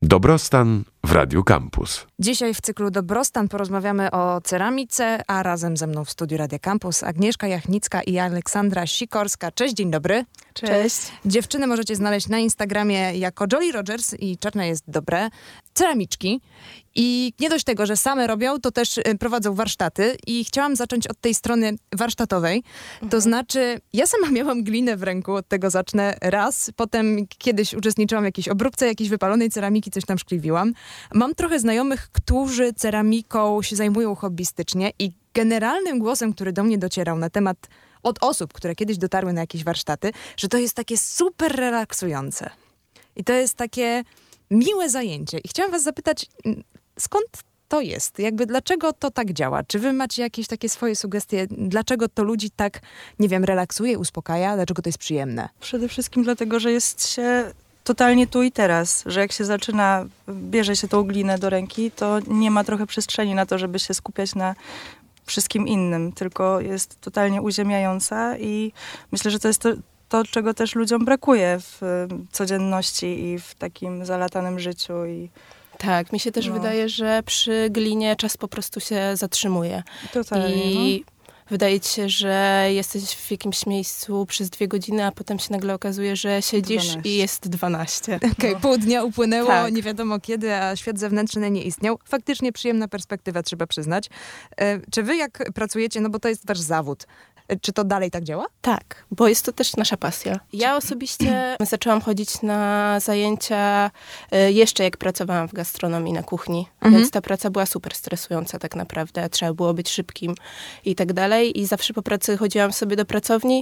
Dobrostan w Radiu Campus. Dzisiaj w cyklu Dobrostan porozmawiamy o ceramice, a razem ze mną w studiu Radia Campus Agnieszka Jachnicka i Aleksandra Sikorska. Cześć, dzień dobry. Cześć. Dziewczyny możecie znaleźć na Instagramie jako Jolly Rogers i Czarne jest dobre. Ceramiczki. I nie dość tego, że same robią, to też prowadzą warsztaty i chciałam zacząć od tej strony warsztatowej. To znaczy, ja sama miałam glinę w ręku, od tego zacznę raz. Potem kiedyś uczestniczyłam w jakiejś obróbce jakiejś wypalonej ceramiki, coś tam szkliwiłam. Mam trochę znajomych, którzy ceramiką się zajmują hobbystycznie i generalnym głosem, który do mnie docierał na temat od osób, które kiedyś dotarły na jakieś warsztaty, że to jest takie super relaksujące. I to jest takie miłe zajęcie. I chciałam was zapytać, skąd to jest? Jakby dlaczego to tak działa? Czy wy macie jakieś takie swoje sugestie? Dlaczego to ludzi tak, nie wiem, relaksuje, uspokaja? Dlaczego to jest przyjemne? Przede wszystkim dlatego, że jest się totalnie tu i teraz. Że jak się zaczyna, bierze się tą glinę do ręki, to nie ma trochę przestrzeni na to, żeby się skupiać na wszystkim innym. Tylko jest totalnie uziemiająca i myślę, że to jest to, czego też ludziom brakuje w codzienności i w takim zalatanym życiu. Tak, mi się też wydaje, że przy glinie czas po prostu się zatrzymuje. Totalnie, I wydaje ci się, że jesteś w jakimś miejscu przez 2 godziny, a potem się nagle okazuje, że siedzisz 12. i jest 12. Okej, pół dnia upłynęło, Tak. nie wiadomo kiedy, a świat zewnętrzny nie istniał. Faktycznie przyjemna perspektywa, trzeba przyznać. Czy wy jak pracujecie, no bo to jest wasz zawód, czy to dalej tak działa? Tak, bo jest to też nasza pasja. Ja osobiście zaczęłam chodzić na zajęcia jeszcze jak pracowałam w gastronomii na kuchni, więc ta praca była super stresująca tak naprawdę. Trzeba było być szybkim i tak dalej. I zawsze po pracy chodziłam sobie do pracowni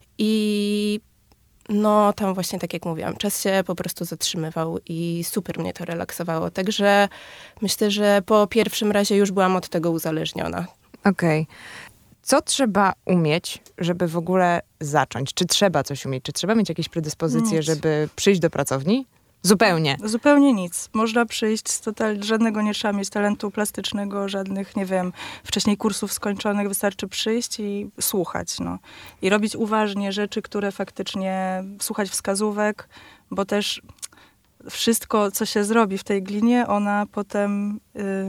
i no tam właśnie tak jak mówiłam, czas się po prostu zatrzymywał i super mnie to relaksowało. Także myślę, że po pierwszym razie już byłam od tego uzależniona. Okej. Co trzeba umieć, żeby w ogóle zacząć? Czy trzeba coś umieć? Czy trzeba mieć jakieś predyspozycje, Nic. żeby przyjść do pracowni? Zupełnie. Zupełnie nic. Można przyjść żadnego nie trzeba mieć talentu plastycznego, żadnych, nie wiem, wcześniej kursów skończonych. Wystarczy przyjść i słuchać, I robić uważnie rzeczy, które faktycznie, słuchać wskazówek, bo też wszystko, co się zrobi w tej glinie, ona potem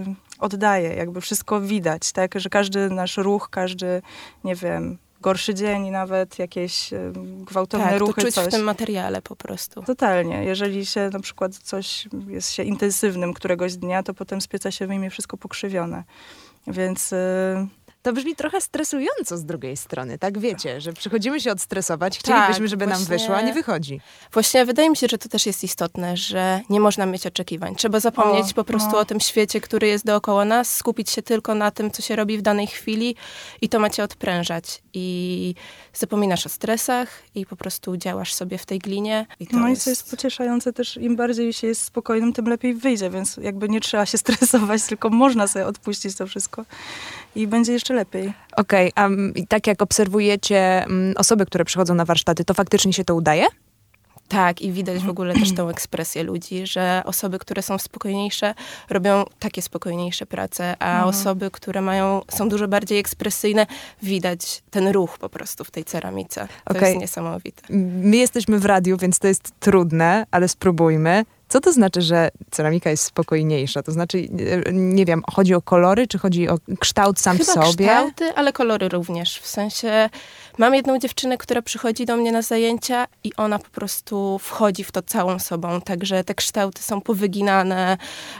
oddaje. Jakby wszystko widać, tak? Że każdy nasz ruch, każdy, nie wiem, gorszy dzień, nawet jakieś gwałtowne ruchy. Tak, to czuć coś. w tym materiale po prostu. Totalnie. Jeżeli się na przykład jest się intensywnym któregoś dnia, to potem z pieca się wyjmie wszystko pokrzywione. Więc To brzmi trochę stresująco z drugiej strony, tak wiecie, że przychodzimy się odstresować, chcielibyśmy, żeby nam wyszło, a nie wychodzi. Właśnie wydaje mi się, że to też jest istotne, że nie można mieć oczekiwań. Trzeba zapomnieć po prostu o tym świecie, który jest dookoła nas, skupić się tylko na tym, co się robi w danej chwili i to ma cię odprężać. I zapominasz o stresach i po prostu działasz sobie w tej glinie. I to i co jest pocieszające też, im bardziej się jest spokojnym, tym lepiej wyjdzie, więc jakby nie trzeba się stresować, tylko można sobie odpuścić to wszystko i będzie jeszcze lepiej. Okej, a tak jak obserwujecie osoby, które przychodzą na warsztaty, to faktycznie się to udaje? Tak, i widać w ogóle też tę ekspresję ludzi, że osoby, które są spokojniejsze, robią takie spokojniejsze prace, a osoby, które są dużo bardziej ekspresyjne, widać ten ruch po prostu w tej ceramice. To jest niesamowite. My jesteśmy w radiu, więc to jest trudne, ale spróbujmy. Co to znaczy, że ceramika jest spokojniejsza? To znaczy, nie wiem, chodzi o kolory, czy chodzi o kształt sam w Chyba sobie? Kształty, ale kolory również. W sensie mam jedną dziewczynę, która przychodzi do mnie na zajęcia i ona po prostu wchodzi w to całą sobą. Także te kształty są powyginane,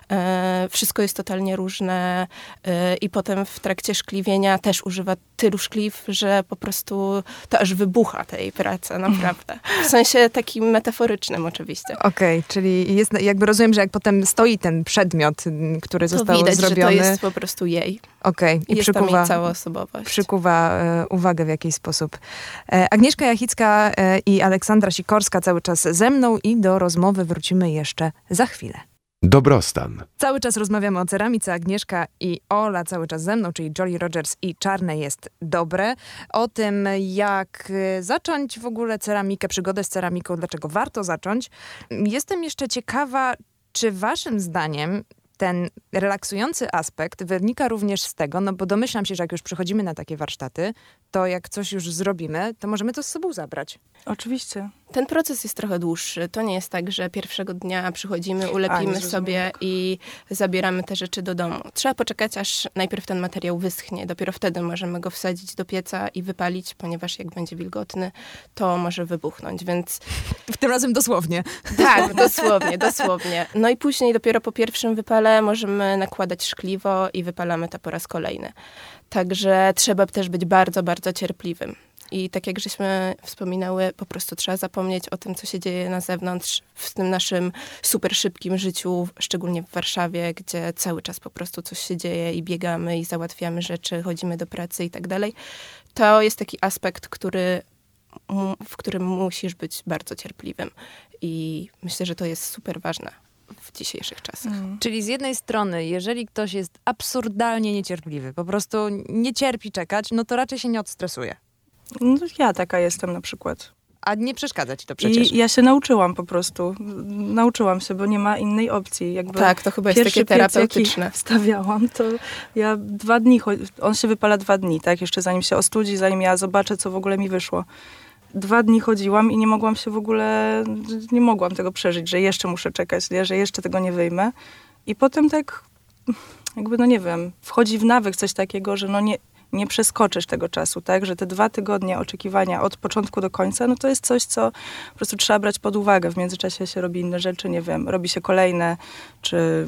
wszystko jest totalnie różne i potem w trakcie szkliwienia też używa tylu szkliw, że po prostu to aż wybucha tej pracy, naprawdę. W sensie takim metaforycznym oczywiście. Okej, czyli jest, jakby rozumiem, że jak potem stoi ten przedmiot, który To został widać, zrobiony. że to jest po prostu jej. Okej, i Jest tam jej cała osobowość. przykuwa uwagę w jakiś sposób. Agnieszka Jachnicka i Aleksandra Sikorska cały czas ze mną i do rozmowy wrócimy jeszcze za chwilę. Dobrostan. Cały czas rozmawiamy o ceramice. Agnieszka i Ola cały czas ze mną, czyli Jolly Rogers i Czarne jest dobre. O tym, jak zacząć w ogóle ceramikę, przygodę z ceramiką, dlaczego warto zacząć. Jestem jeszcze ciekawa, czy waszym zdaniem ten relaksujący aspekt wynika również z tego, no bo domyślam się, że jak już przychodzimy na takie warsztaty, to jak coś już zrobimy, to możemy to z sobą zabrać. Oczywiście. Ten proces jest trochę dłuższy. To nie jest tak, że pierwszego dnia przychodzimy, ulepimy sobie i zabieramy te rzeczy do domu. Trzeba poczekać, aż najpierw ten materiał wyschnie. Dopiero wtedy możemy go wsadzić do pieca i wypalić, ponieważ jak będzie wilgotny, to może wybuchnąć, więc... Tym razem dosłownie. Tak, dosłownie. No i później dopiero po pierwszym wypale możemy nakładać szkliwo i wypalamy to po raz kolejny. Także trzeba też być bardzo, bardzo cierpliwym. I tak jak żeśmy wspominały, po prostu trzeba zapomnieć o tym, co się dzieje na zewnątrz, w tym naszym super szybkim życiu, szczególnie w Warszawie, gdzie cały czas po prostu coś się dzieje i biegamy i załatwiamy rzeczy, chodzimy do pracy i tak dalej. To jest taki aspekt, w którym musisz być bardzo cierpliwym. I myślę, że to jest super ważne w dzisiejszych czasach. Czyli z jednej strony, jeżeli ktoś jest absurdalnie niecierpliwy, po prostu nie cierpi czekać, no to raczej się nie odstresuje. No, ja taka jestem na przykład. A nie przeszkadza ci to przecież. I ja się nauczyłam po prostu. Nauczyłam się, bo nie ma innej opcji. Jakby tak, to chyba jest takie terapeutyczne. Jaki wstawiałam, to ja 2 dni, on się wypala 2 dni, tak? Jeszcze zanim się ostudzi, zanim ja zobaczę, co w ogóle mi wyszło. 2 dni chodziłam i nie mogłam się w ogóle, nie mogłam tego przeżyć, że jeszcze muszę czekać, nie? Że jeszcze tego nie wyjmę. I potem tak, jakby, no nie wiem, wchodzi w nawyk coś takiego, że no nie przeskoczysz tego czasu, tak? Że te 2 tygodnie oczekiwania od początku do końca, no to jest coś, co po prostu trzeba brać pod uwagę. W międzyczasie się robi inne rzeczy, nie wiem, robi się kolejne, czy...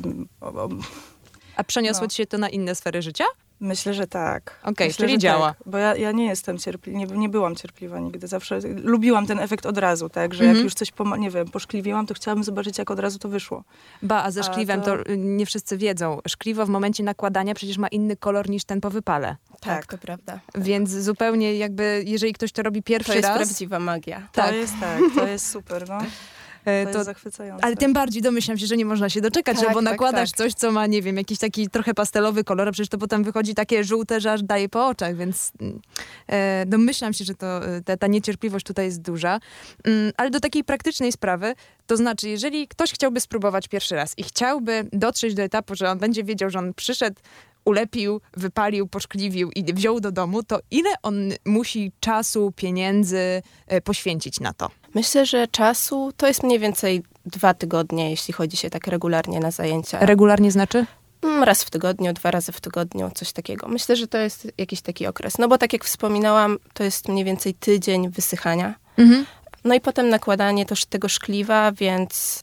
A przeniosło ci się to na inne sfery życia? Myślę, że tak. Okej, czyli działa. Tak, bo ja nie jestem cierpliwa, nie byłam cierpliwa nigdy. Zawsze lubiłam ten efekt od razu, tak? Że jak już coś, nie wiem, poszkliwiłam, to chciałabym zobaczyć, jak od razu to wyszło. A ze szkliwem to nie wszyscy wiedzą. Szkliwo w momencie nakładania przecież ma inny kolor niż ten po wypale. Tak, to prawda. Więc zupełnie jakby, jeżeli ktoś to robi pierwszy raz... To jest prawdziwa magia. To jest super, no. To jest zachwycające. Ale tym bardziej domyślam się, że nie można się doczekać, bo nakładasz coś, co ma, nie wiem, jakiś taki trochę pastelowy kolor, a przecież to potem wychodzi takie żółte, że aż daje po oczach, więc domyślam się, że to ta niecierpliwość tutaj jest duża. Ale do takiej praktycznej sprawy, to znaczy, jeżeli ktoś chciałby spróbować pierwszy raz i chciałby dotrzeć do etapu, że on będzie wiedział, że on przyszedł, ulepił, wypalił, poszkliwił i wziął do domu, to ile on musi czasu, pieniędzy poświęcić na to? Myślę, że czasu to jest mniej więcej 2 tygodnie, jeśli chodzi się tak regularnie na zajęcia. Regularnie znaczy? Raz w tygodniu, 2 razy w tygodniu, coś takiego. Myślę, że to jest jakiś taki okres. No bo tak jak wspominałam, to jest mniej więcej tydzień wysychania. No i potem nakładanie też tego szkliwa, więc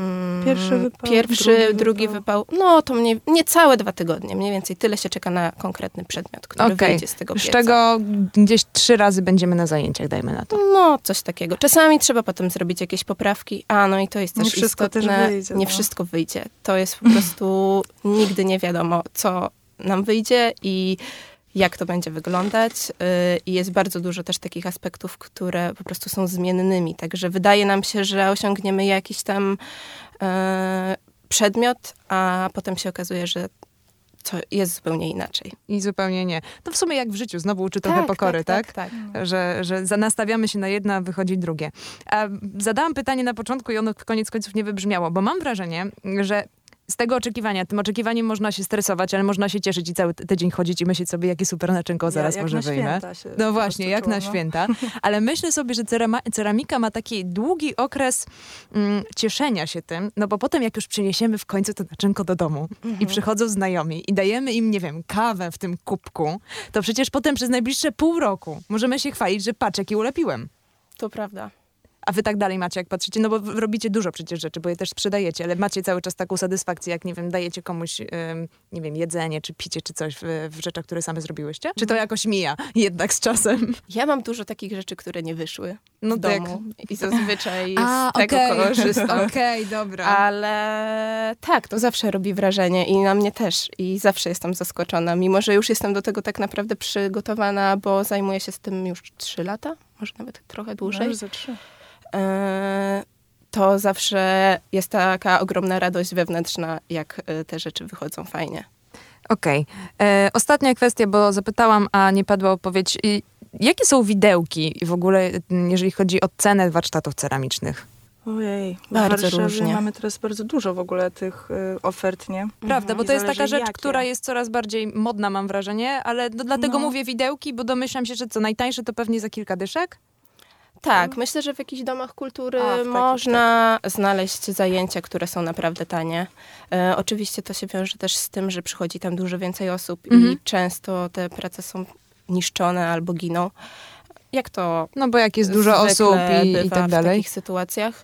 pierwszy, drugi wypał. No to niecałe 2 tygodnie. Mniej więcej tyle się czeka na konkretny przedmiot, który wyjdzie z tego pieca. Z czego gdzieś 3 razy będziemy na zajęciach, dajmy na to. No, coś takiego. Czasami trzeba potem zrobić jakieś poprawki. No i to jest też istotne. Nie wszystko wyjdzie. To jest po prostu nigdy nie wiadomo, co nam wyjdzie i jak to będzie wyglądać. I jest bardzo dużo też takich aspektów, które po prostu są zmiennymi. Także wydaje nam się, że osiągniemy jakiś tam przedmiot, a potem się okazuje, że to jest zupełnie inaczej. I zupełnie nie. To w sumie jak w życiu, znowu uczy trochę pokory, tak? Że nastawiamy się na jedno, a wychodzi drugie. A zadałam pytanie na początku i ono koniec końców nie wybrzmiało, bo mam wrażenie, że z tego oczekiwania, tym oczekiwaniem można się stresować, ale można się cieszyć i cały tydzień chodzić i myśleć sobie, jakie super naczynko zaraz może wyjmę. No właśnie, jak na święta. Ale myślę sobie, że ceramika ma taki długi okres cieszenia się tym, no bo potem jak już przyniesiemy w końcu to naczynko do domu i przychodzą znajomi i dajemy im, nie wiem, kawę w tym kubku, to przecież potem przez najbliższe pół roku możemy się chwalić, że patrz, jaki ulepiłem. To prawda. A wy tak dalej macie, jak patrzycie, no bo robicie dużo przecież rzeczy, bo je też sprzedajecie, ale macie cały czas taką satysfakcję, jak, nie wiem, dajecie komuś, nie wiem, jedzenie, czy picie, czy coś w rzeczach, które same zrobiłyście? Czy to jakoś mija jednak z czasem? Ja mam dużo takich rzeczy, które nie wyszły w domu i zazwyczaj z tego korzystam. Okej, dobra. Ale tak, to zawsze robi wrażenie i na mnie też. I zawsze jestem zaskoczona, mimo że już jestem do tego tak naprawdę przygotowana, bo zajmuję się z tym już 3 lata, może nawet trochę dłużej. Może za 3. To zawsze jest taka ogromna radość wewnętrzna, jak te rzeczy wychodzą fajnie. Okej. Ostatnia kwestia, bo zapytałam, a nie padła odpowiedź. Jakie są widełki w ogóle, jeżeli chodzi o cenę warsztatów ceramicznych? Ojej, bardzo różnie. Mamy teraz bardzo dużo w ogóle tych ofert, nie? Prawda, bo to jest taka rzecz, która jest coraz bardziej modna, mam wrażenie, ale dlatego mówię widełki, bo domyślam się, że co najtańsze to pewnie za kilka dyszek? Tak, myślę, że w jakichś domach kultury A, w takich, można znaleźć zajęcia, które są naprawdę tanie. Oczywiście to się wiąże też z tym, że przychodzi tam dużo więcej osób i często te prace są niszczone albo giną. Jak to No bo jak jest dużo osób i bywa tak w dalej. takich sytuacjach.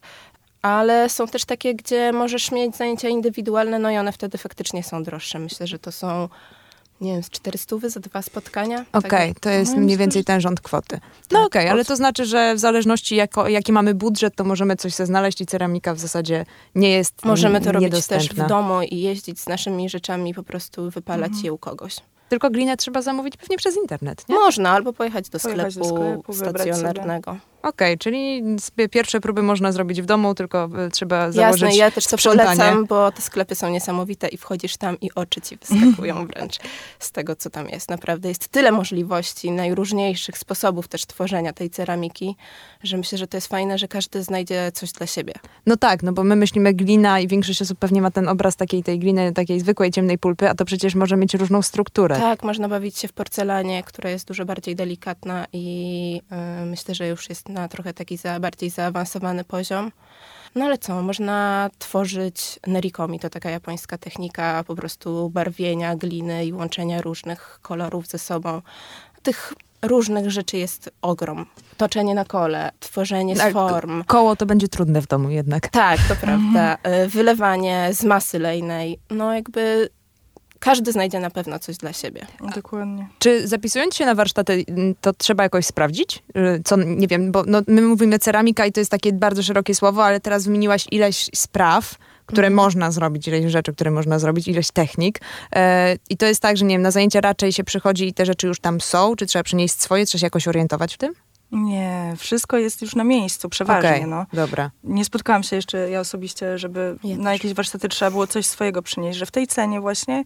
Ale są też takie, gdzie możesz mieć zajęcia indywidualne, no i one wtedy faktycznie są droższe. Myślę, że to są, nie wiem, z 400 za 2 spotkania. Okej, to jest mniej więcej ten rząd kwoty. No okej, ale to znaczy, że w zależności jaki mamy budżet, to możemy coś sobie znaleźć i ceramika w zasadzie nie jest Możemy to robić niedostępna. też w domu i jeździć z naszymi rzeczami i po prostu wypalać je u kogoś. Tylko glinę trzeba zamówić pewnie przez internet, nie? Można, albo pojechać do Pojechać do sklepu sklepu, wybrać stacjonarnego. Okej, czyli pierwsze próby można zrobić w domu, tylko trzeba założyć Jasne, ja też to sprzątanie. polecam, bo te sklepy są niesamowite i wchodzisz tam i oczy ci wyskakują wręcz z tego, co tam jest. Naprawdę jest tyle możliwości, najróżniejszych sposobów też tworzenia tej ceramiki, że myślę, że to jest fajne, że każdy znajdzie coś dla siebie. No tak, no bo my myślimy glina i większość osób pewnie ma ten obraz tej gliny, takiej zwykłej, ciemnej pulpy, a to przecież może mieć różną strukturę. Tak, można bawić się w porcelanie, która jest dużo bardziej delikatna i myślę, że już jest na trochę taki bardziej zaawansowany poziom. No ale co, można tworzyć nerikomi, to taka japońska technika po prostu barwienia gliny i łączenia różnych kolorów ze sobą. Tych różnych rzeczy jest ogrom. Toczenie na kole, tworzenie z form. Koło to będzie trudne w domu jednak. Tak, to prawda. Wylewanie z masy lejnej. No jakby każdy znajdzie na pewno coś dla siebie. Dokładnie. Czy zapisując się na warsztaty, to trzeba jakoś sprawdzić? Co, nie wiem, bo my mówimy ceramika i to jest takie bardzo szerokie słowo, ale teraz wymieniłaś ileś spraw, które można zrobić, ileś rzeczy, które można zrobić, ileś technik. I to jest tak, że nie wiem, na zajęcia raczej się przychodzi i te rzeczy już tam są, czy trzeba przynieść swoje, trzeba się jakoś orientować w tym? Nie, wszystko jest już na miejscu, przeważnie. Okej, No. dobra. Nie spotkałam się jeszcze ja osobiście, żeby na jakieś warsztaty trzeba było coś swojego przynieść, że w tej cenie właśnie,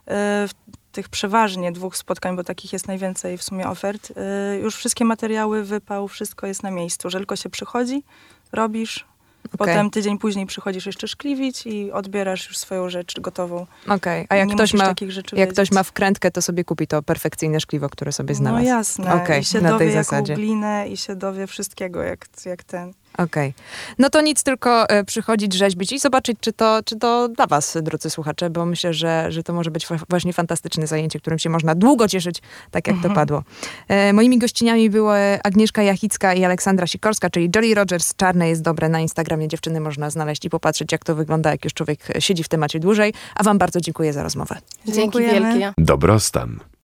w tych przeważnie 2 spotkań, bo takich jest najwięcej w sumie ofert, już wszystkie materiały, wypał, wszystko jest na miejscu, że tylko się przychodzi, robisz, potem tydzień później przychodzisz jeszcze szkliwić i odbierasz już swoją rzecz gotową. Okej, a jak Nie ktoś musisz ma, takich rzeczy jak wiedzieć. ktoś ma wkrętkę, to sobie kupi to perfekcyjne szkliwo, które sobie znalazł. No jasne, Okej, i się na tej dowie jaką zasadzie. glinę i się dowie wszystkiego, jak ten. Okej. No to nic, tylko przychodzić, rzeźbić i zobaczyć, czy to dla was, drodzy słuchacze, bo myślę, że to może być właśnie fantastyczne zajęcie, którym się można długo cieszyć, tak jak to padło. Moimi gościniami były Agnieszka Jachicka i Aleksandra Sikorska, czyli Jolly Rogers. Czarne jest dobre. Na Instagramie dziewczyny można znaleźć i popatrzeć, jak to wygląda, jak już człowiek siedzi w temacie dłużej. A wam bardzo dziękuję za rozmowę. Dzięki Dziękujemy. wielkie. Dobrostan.